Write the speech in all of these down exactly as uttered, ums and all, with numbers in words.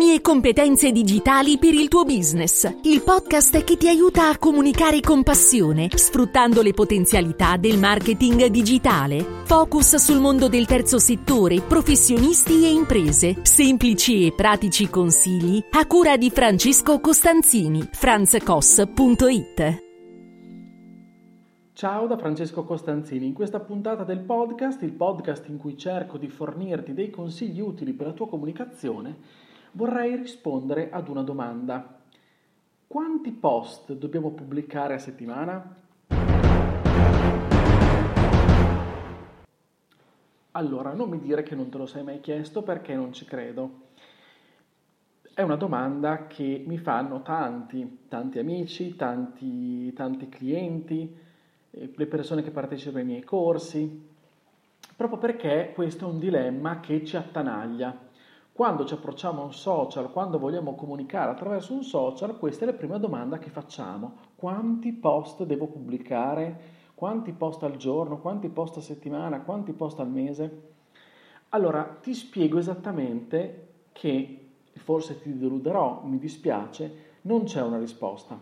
soluzioni e competenze digitali per il tuo business. Il podcast che ti aiuta a comunicare con passione, sfruttando le potenzialità del marketing digitale. Focus sul mondo del terzo settore, professionisti e imprese. Semplici e pratici consigli a cura di Francesco Costanzini. franz cos punto it. Ciao da Francesco Costanzini. In questa puntata del podcast, il podcast in cui cerco di fornirti dei consigli utili per la tua comunicazione, vorrei rispondere ad una domanda. Quanti post dobbiamo pubblicare a settimana? Allora, non mi dire che non te lo sei mai chiesto perché non ci credo. È una domanda che mi fanno tanti, tanti amici, tanti, tanti clienti, le persone che partecipano ai miei corsi, proprio perché questo è un dilemma che ci attanaglia. Quando ci approcciamo a un social, quando vogliamo comunicare attraverso un social, questa è la prima domanda che facciamo. Quanti post devo pubblicare? Quanti post al giorno? Quanti post a settimana? Quanti post al mese? Allora, ti spiego esattamente che, forse ti deluderò, mi dispiace, non c'è una risposta.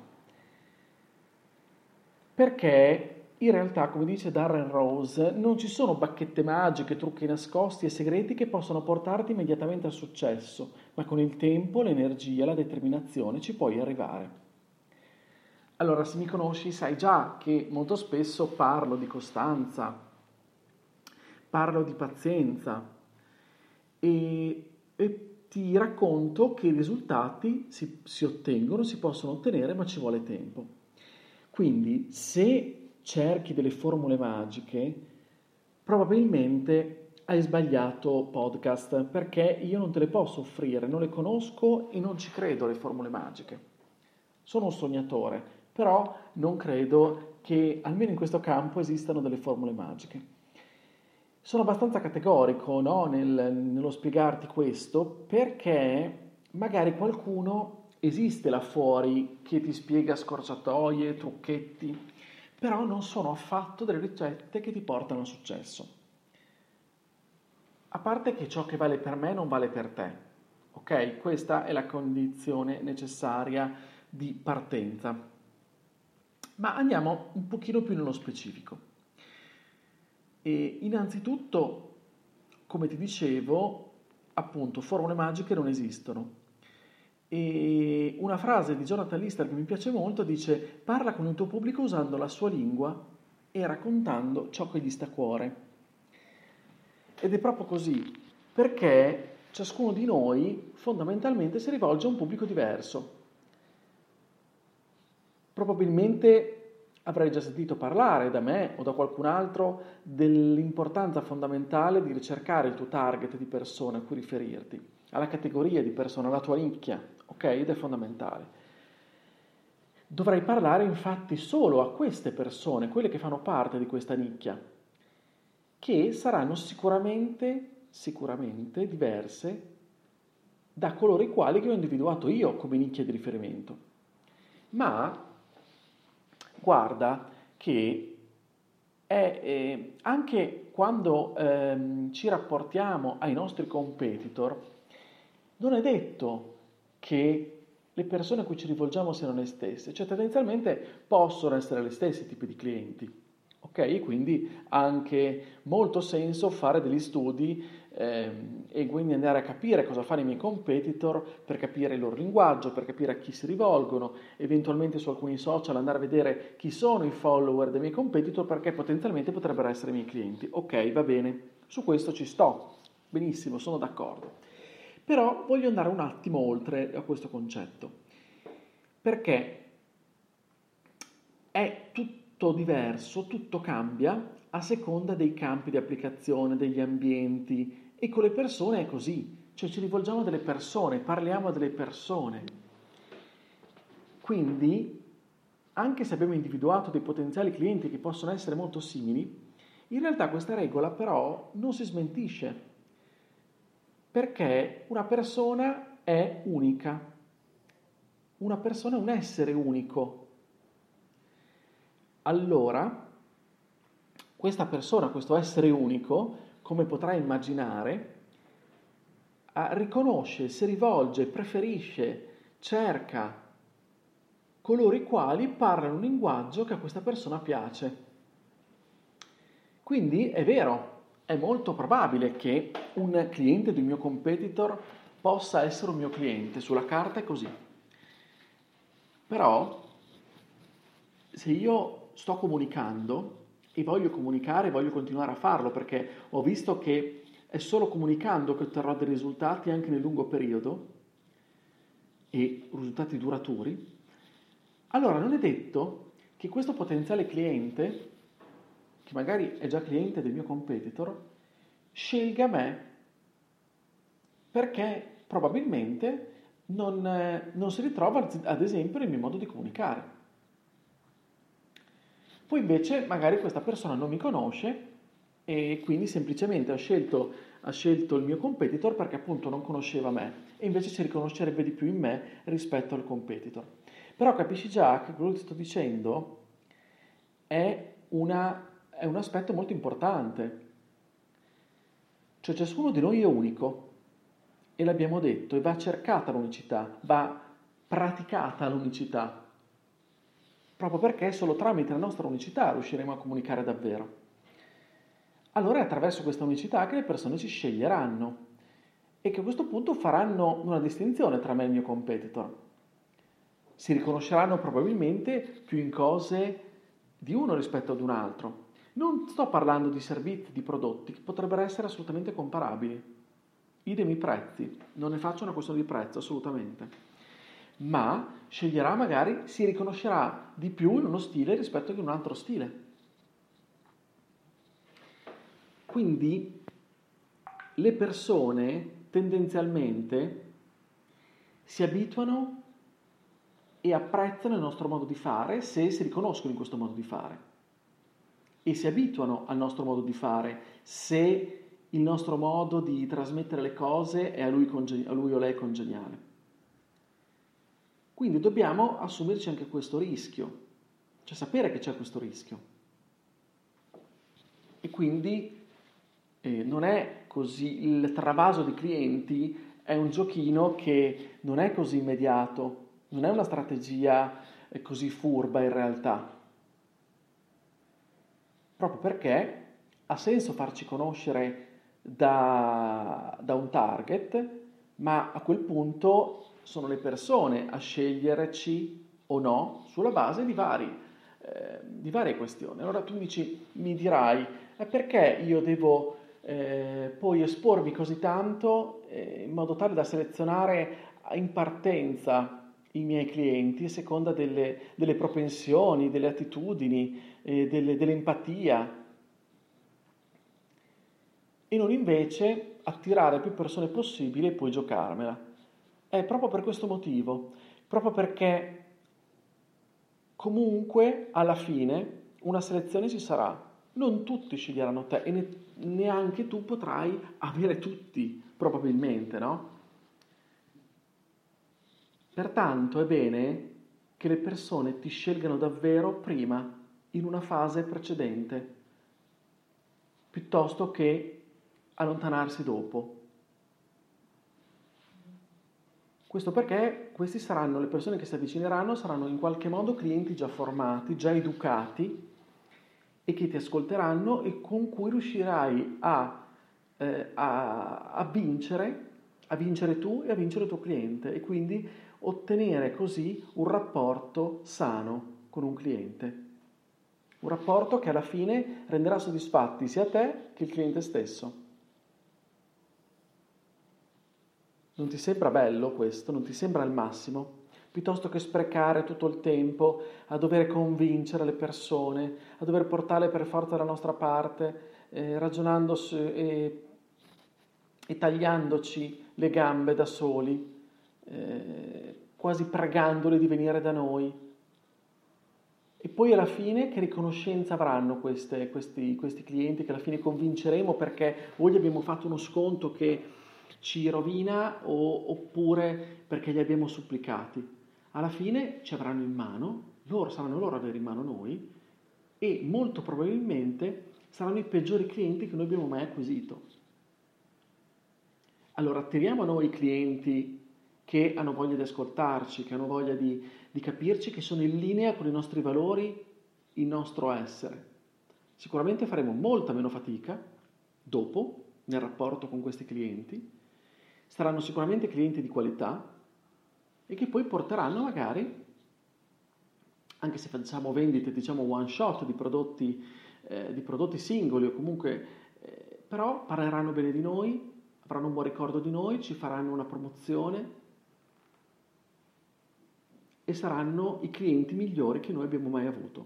Perché in realtà, come dice Darren Rose, non ci sono bacchette magiche, trucchi nascosti e segreti che possono portarti immediatamente al successo, ma con il tempo, l'energia, la determinazione ci puoi arrivare. Allora, se mi conosci, sai già che molto spesso parlo di costanza, parlo di pazienza e, e ti racconto che i risultati si, si ottengono, si possono ottenere, ma ci vuole tempo. Quindi, se cerchi delle formule magiche, probabilmente hai sbagliato podcast, perché io non te le posso offrire, non le conosco e non ci credo alle formule magiche. Sono un sognatore, però non credo che, almeno in questo campo, esistano delle formule magiche. Sono abbastanza categorico, no, nel, nello spiegarti questo, perché magari qualcuno esiste là fuori che ti spiega scorciatoie, trucchetti, però non sono affatto delle ricette che ti portano al successo. A parte che ciò che vale per me non vale per te, ok? Questa è la condizione necessaria di partenza. Ma andiamo un pochino più nello specifico. E innanzitutto, come ti dicevo, appunto, formule magiche non esistono. E una frase di Jonathan Lister che mi piace molto dice: parla con il tuo pubblico usando la sua lingua e raccontando ciò che gli sta a cuore. Ed è proprio così, perché ciascuno di noi fondamentalmente si rivolge a un pubblico diverso. Probabilmente avrai già sentito parlare da me o da qualcun altro dell'importanza fondamentale di ricercare il tuo target di persone a cui riferirti, alla categoria di persone, alla tua nicchia. Ok? Ed è fondamentale. Dovrai parlare infatti solo a queste persone, quelle che fanno parte di questa nicchia, che saranno sicuramente, sicuramente diverse da coloro i quali che ho individuato io come nicchia di riferimento. Ma guarda che è, eh, anche quando ehm, ci rapportiamo ai nostri competitor, non è detto che le persone a cui ci rivolgiamo siano le stesse, cioè tendenzialmente possono essere le stesse tipi di clienti, ok? E quindi ha anche molto senso fare degli studi ehm, e quindi andare a capire cosa fanno i miei competitor per capire il loro linguaggio, per capire a chi si rivolgono, eventualmente su alcuni social andare a vedere chi sono i follower dei miei competitor perché potenzialmente potrebbero essere i miei clienti. Ok, va bene, su questo ci sto, benissimo, sono d'accordo. Però voglio andare un attimo oltre a questo concetto, perché è tutto diverso, tutto cambia a seconda dei campi di applicazione, degli ambienti, e con le persone è così, cioè ci rivolgiamo a delle persone, parliamo a delle persone. Quindi, anche se abbiamo individuato dei potenziali clienti che possono essere molto simili, in realtà questa regola però non si smentisce. Perché una persona è unica, una persona è un essere unico. Allora, questa persona, questo essere unico, come potrai immaginare, riconosce, si rivolge, preferisce, cerca coloro i quali parlano un linguaggio che a questa persona piace. Quindi è vero, è molto probabile che un cliente di un mio competitor possa essere un mio cliente, sulla carta è così. Però se io sto comunicando e voglio comunicare, voglio continuare a farlo, perché ho visto che è solo comunicando che otterrò dei risultati anche nel lungo periodo e risultati duraturi, allora non è detto che questo potenziale cliente, che magari è già cliente del mio competitor, scelga me perché probabilmente non, eh, non si ritrova ad esempio nel mio modo di comunicare. Poi invece magari questa persona non mi conosce e quindi semplicemente ha scelto, ha scelto il mio competitor perché appunto non conosceva me e invece si riconoscerebbe di più in me rispetto al competitor. Però capisci già che quello che ti sto dicendo è, una, è un aspetto molto importante. Cioè ciascuno di noi è unico e l'abbiamo detto, e va cercata l'unicità, va praticata l'unicità, proprio perché solo tramite la nostra unicità riusciremo a comunicare davvero. Allora è attraverso questa unicità che le persone ci sceglieranno e che a questo punto faranno una distinzione tra me e il mio competitor. Si riconosceranno probabilmente più in cose di uno rispetto ad un altro. Non sto parlando di servizi, di prodotti, che potrebbero essere assolutamente comparabili. Idem i prezzi, non ne faccio una questione di prezzo, assolutamente. Ma sceglierà magari, si riconoscerà di più in uno stile rispetto ad un altro stile. Quindi le persone tendenzialmente si abituano e apprezzano il nostro modo di fare se si riconoscono in questo modo di fare e si abituano al nostro modo di fare se il nostro modo di trasmettere le cose è a lui, conge- a lui o lei congeniale. Quindi dobbiamo assumerci anche questo rischio, cioè sapere che c'è questo rischio. E quindi eh, non è così, il travaso di clienti è un giochino che non è così immediato, non è una strategia così furba in realtà, proprio perché ha senso farci conoscere da, da un target, ma a quel punto sono le persone a sceglierci o no sulla base di, vari, eh, di varie questioni. Allora tu dici, mi dirai, eh, perché io devo eh, poi espormi così tanto eh, in modo tale da selezionare in partenza i miei clienti a seconda delle, delle propensioni, delle attitudini, eh, delle, dell'empatia, e non invece attirare più persone possibili e poi giocarmela. È proprio per questo motivo, proprio perché comunque alla fine una selezione ci sarà, non tutti sceglieranno te e ne, neanche tu potrai avere tutti, probabilmente, no? Pertanto è bene che le persone ti scelgano davvero prima, in una fase precedente, piuttosto che allontanarsi dopo. Questo perché questi saranno, le persone che si avvicineranno, saranno in qualche modo clienti già formati, già educati e che ti ascolteranno e con cui riuscirai a, eh, a, a vincere, a vincere tu e a vincere il tuo cliente e quindi ottenere così un rapporto sano con un cliente. Un rapporto che alla fine renderà soddisfatti sia te che il cliente stesso. Non ti sembra bello questo? Non ti sembra il massimo? Piuttosto che sprecare tutto il tempo a dover convincere le persone, a dover portarle per forza dalla nostra parte, eh, ragionando su, e, e tagliandoci le gambe da soli, eh, quasi pregandole di venire da noi. E poi alla fine che riconoscenza avranno queste, questi, questi clienti che alla fine convinceremo perché o gli abbiamo fatto uno sconto che ci rovina o, oppure perché gli abbiamo supplicati. Alla fine ci avranno in mano, loro saranno loro ad avere in mano noi e molto probabilmente saranno i peggiori clienti che noi abbiamo mai acquisito. allora attiriamo a noi i clienti che hanno voglia di ascoltarci, che hanno voglia di, di capirci, che sono in linea con i nostri valori, il nostro essere. Sicuramente faremo molta meno fatica dopo nel rapporto con questi clienti, saranno sicuramente clienti di qualità e che poi porteranno magari, anche se facciamo vendite diciamo one shot di prodotti, eh, di prodotti singoli o comunque, eh, però parleranno bene di noi, avranno un buon ricordo di noi, ci faranno una promozione e saranno i clienti migliori che noi abbiamo mai avuto.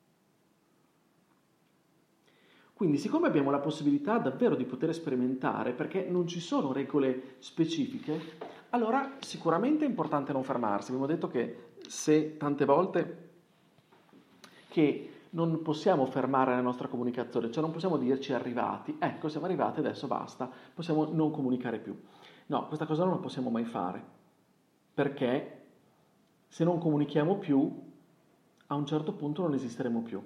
Quindi, siccome abbiamo la possibilità davvero di poter sperimentare, perché non ci sono regole specifiche, allora sicuramente è importante non fermarsi. Abbiamo detto che se tante volte che non possiamo fermare la nostra comunicazione, cioè non possiamo dirci arrivati, ecco siamo arrivati adesso basta, possiamo non comunicare più. No, questa cosa non la possiamo mai fare, perché se non comunichiamo più, a un certo punto non esisteremo più.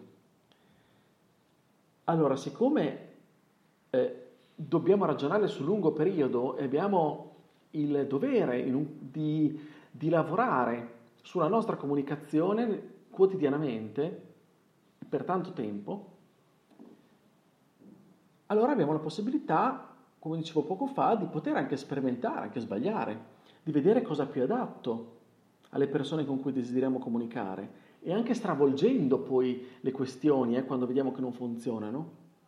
Allora, siccome eh, dobbiamo ragionare sul lungo periodo e abbiamo il dovere in un, di, di lavorare sulla nostra comunicazione quotidianamente, per tanto tempo, allora abbiamo la possibilità, come dicevo poco fa, di poter anche sperimentare, anche sbagliare, di vedere cosa è più adatto alle persone con cui desideriamo comunicare e anche stravolgendo poi le questioni eh, quando vediamo che non funzionano.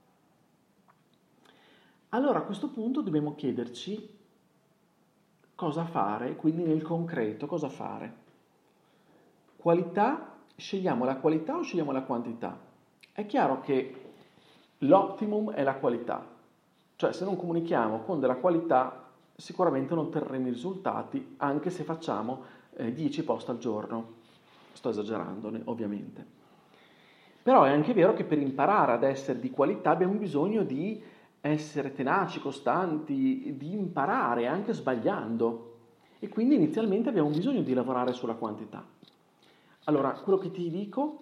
Allora a questo punto dobbiamo chiederci cosa fare, quindi nel concreto cosa fare. Qualità, scegliamo la qualità o scegliamo la quantità? È chiaro che l'optimum è la qualità, cioè se non comunichiamo con della qualità sicuramente non otterremo i risultati anche se facciamo eh, dieci post al giorno. Sto esagerandone, ovviamente. Però è anche vero che per imparare ad essere di qualità abbiamo bisogno di essere tenaci, costanti, di imparare anche sbagliando. E quindi inizialmente abbiamo bisogno di lavorare sulla quantità. Allora, quello che ti dico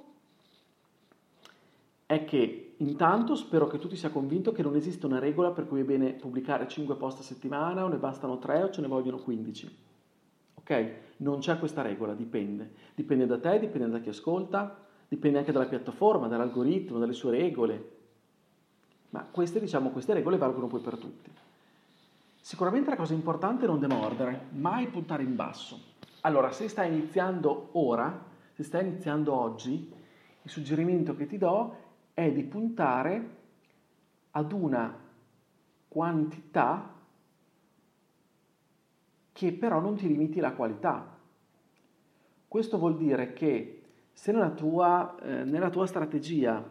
è che intanto spero che tu ti sia convinto che non esiste una regola per cui è bene pubblicare cinque post a settimana o ne bastano tre o ce ne vogliono quindici. Ok? Non c'è questa regola, dipende. Dipende da te, dipende da chi ascolta, dipende anche dalla piattaforma, dall'algoritmo, dalle sue regole. Ma queste, diciamo, queste regole valgono poi per tutti. Sicuramente la cosa importante è non demordere, mai puntare in basso. Allora, se stai iniziando ora, se stai iniziando oggi, il suggerimento che ti do è di puntare ad una quantità che però non ti limiti la qualità. Questo vuol dire che se nella tua, eh, nella tua strategia,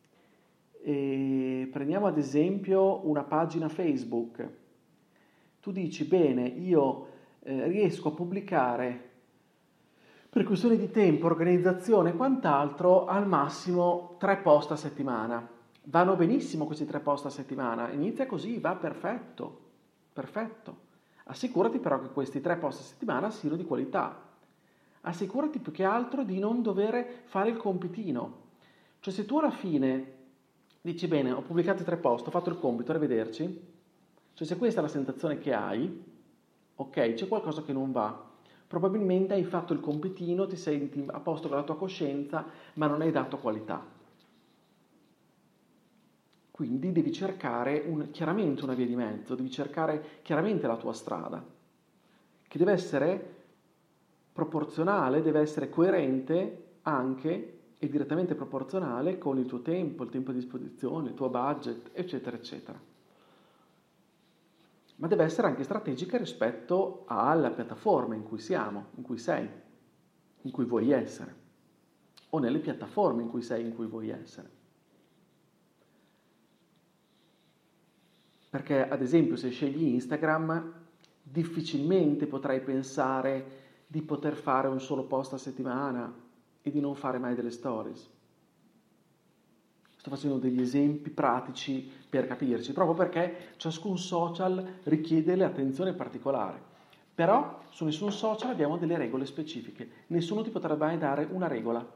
eh, prendiamo ad esempio una pagina Facebook, tu dici bene, io eh, riesco a pubblicare per questioni di tempo, organizzazione e quant'altro al massimo tre post a settimana. Vanno benissimo questi tre post a settimana, inizia così, va perfetto, perfetto. Assicurati però che questi tre post a settimana siano di qualità. Assicurati più che altro di non dover fare il compitino. Cioè se tu alla fine dici bene, ho pubblicato i tre post, ho fatto il compito, arrivederci, cioè se questa è la sensazione che hai, ok, c'è qualcosa che non va. Probabilmente hai fatto il compitino, ti senti a posto con la tua coscienza, ma non hai dato qualità. Quindi devi cercare un, chiaramente una via di mezzo, devi cercare chiaramente la tua strada, che deve essere proporzionale, deve essere coerente anche e direttamente proporzionale con il tuo tempo, il tempo a disposizione, il tuo budget, eccetera, eccetera. Ma deve essere anche strategica rispetto alla piattaforma in cui siamo, in cui sei, in cui vuoi essere, o nelle piattaforme in cui sei, in cui vuoi essere. Perché, ad esempio, se scegli Instagram, difficilmente potrai pensare di poter fare un solo post a settimana e di non fare mai delle stories. Sto facendo degli esempi pratici per capirci, proprio perché ciascun social richiede l'attenzione particolare. Però su nessun social abbiamo delle regole specifiche. Nessuno ti potrà mai dare una regola.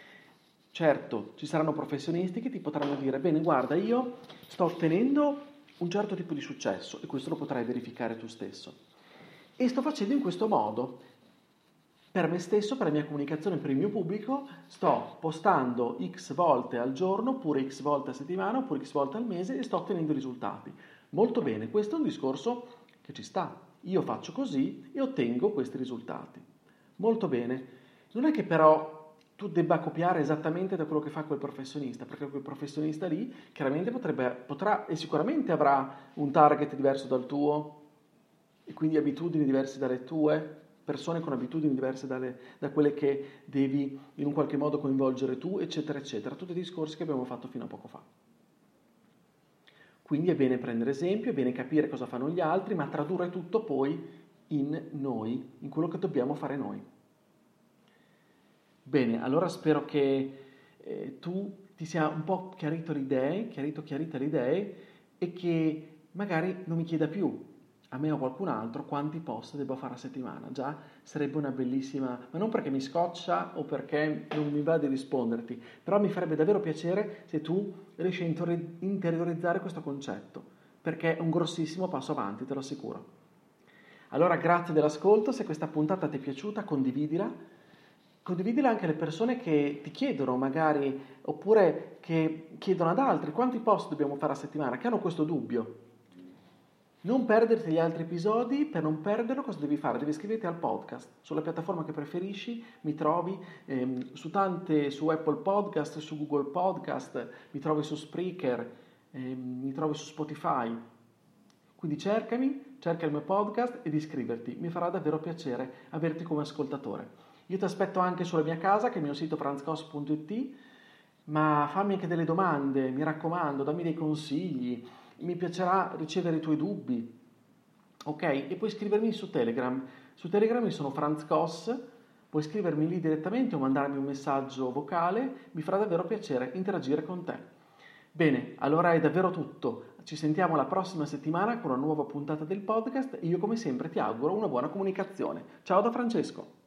Certo, ci saranno professionisti che ti potranno dire, bene, guarda, io sto ottenendo un certo tipo di successo, e questo lo potrai verificare tu stesso. E sto facendo in questo modo, per me stesso, per la mia comunicazione, per il mio pubblico, sto postando X volte al giorno, oppure X volte a settimana, oppure X volte al mese, e sto ottenendo risultati. Molto bene, questo è un discorso che ci sta. Io faccio così e ottengo questi risultati. Molto bene. Non è che però tu debba copiare esattamente da quello che fa quel professionista, perché quel professionista lì chiaramente potrebbe, potrà e sicuramente avrà un target diverso dal tuo e quindi abitudini diverse dalle tue, persone con abitudini diverse dalle, da quelle che devi in un qualche modo coinvolgere tu, eccetera, eccetera. Tutti i discorsi che abbiamo fatto fino a poco fa. Quindi è bene prendere esempio, è bene capire cosa fanno gli altri, ma tradurre tutto poi in noi, in quello che dobbiamo fare noi. Bene, allora spero che eh, tu ti sia un po' chiarito le idee, chiarito, chiarite le idee e che magari non mi chieda più, a me o a qualcun altro, quanti post devo fare a settimana. Già sarebbe una bellissima, ma non perché mi scoccia o perché non mi va di risponderti, però mi farebbe davvero piacere se tu riesci a interiorizzare questo concetto, perché è un grossissimo passo avanti, te lo assicuro. Allora grazie dell'ascolto, se questa puntata ti è piaciuta condividila, condividila anche alle persone che ti chiedono magari, oppure che chiedono ad altri quanti post dobbiamo fare a settimana, che hanno questo dubbio. Non perderti gli altri episodi. Per non perderlo cosa devi fare? Devi iscriverti al podcast sulla piattaforma che preferisci, mi trovi ehm, su tante, su Apple Podcast, su Google Podcast, mi trovi su Spreaker, ehm, mi trovi su Spotify. Quindi cercami, cerca il mio podcast ed iscriverti, mi farà davvero piacere averti come ascoltatore. Io ti aspetto anche sulla mia casa, che è il mio sito franz cos punto it, ma fammi anche delle domande, mi raccomando, dammi dei consigli, mi piacerà ricevere i tuoi dubbi, ok? E puoi scrivermi su Telegram, su Telegram io sono Franz Cos, puoi scrivermi lì direttamente o mandarmi un messaggio vocale, mi farà davvero piacere interagire con te. Bene, allora è davvero tutto, ci sentiamo la prossima settimana con una nuova puntata del podcast e io come sempre ti auguro una buona comunicazione. Ciao da Francesco!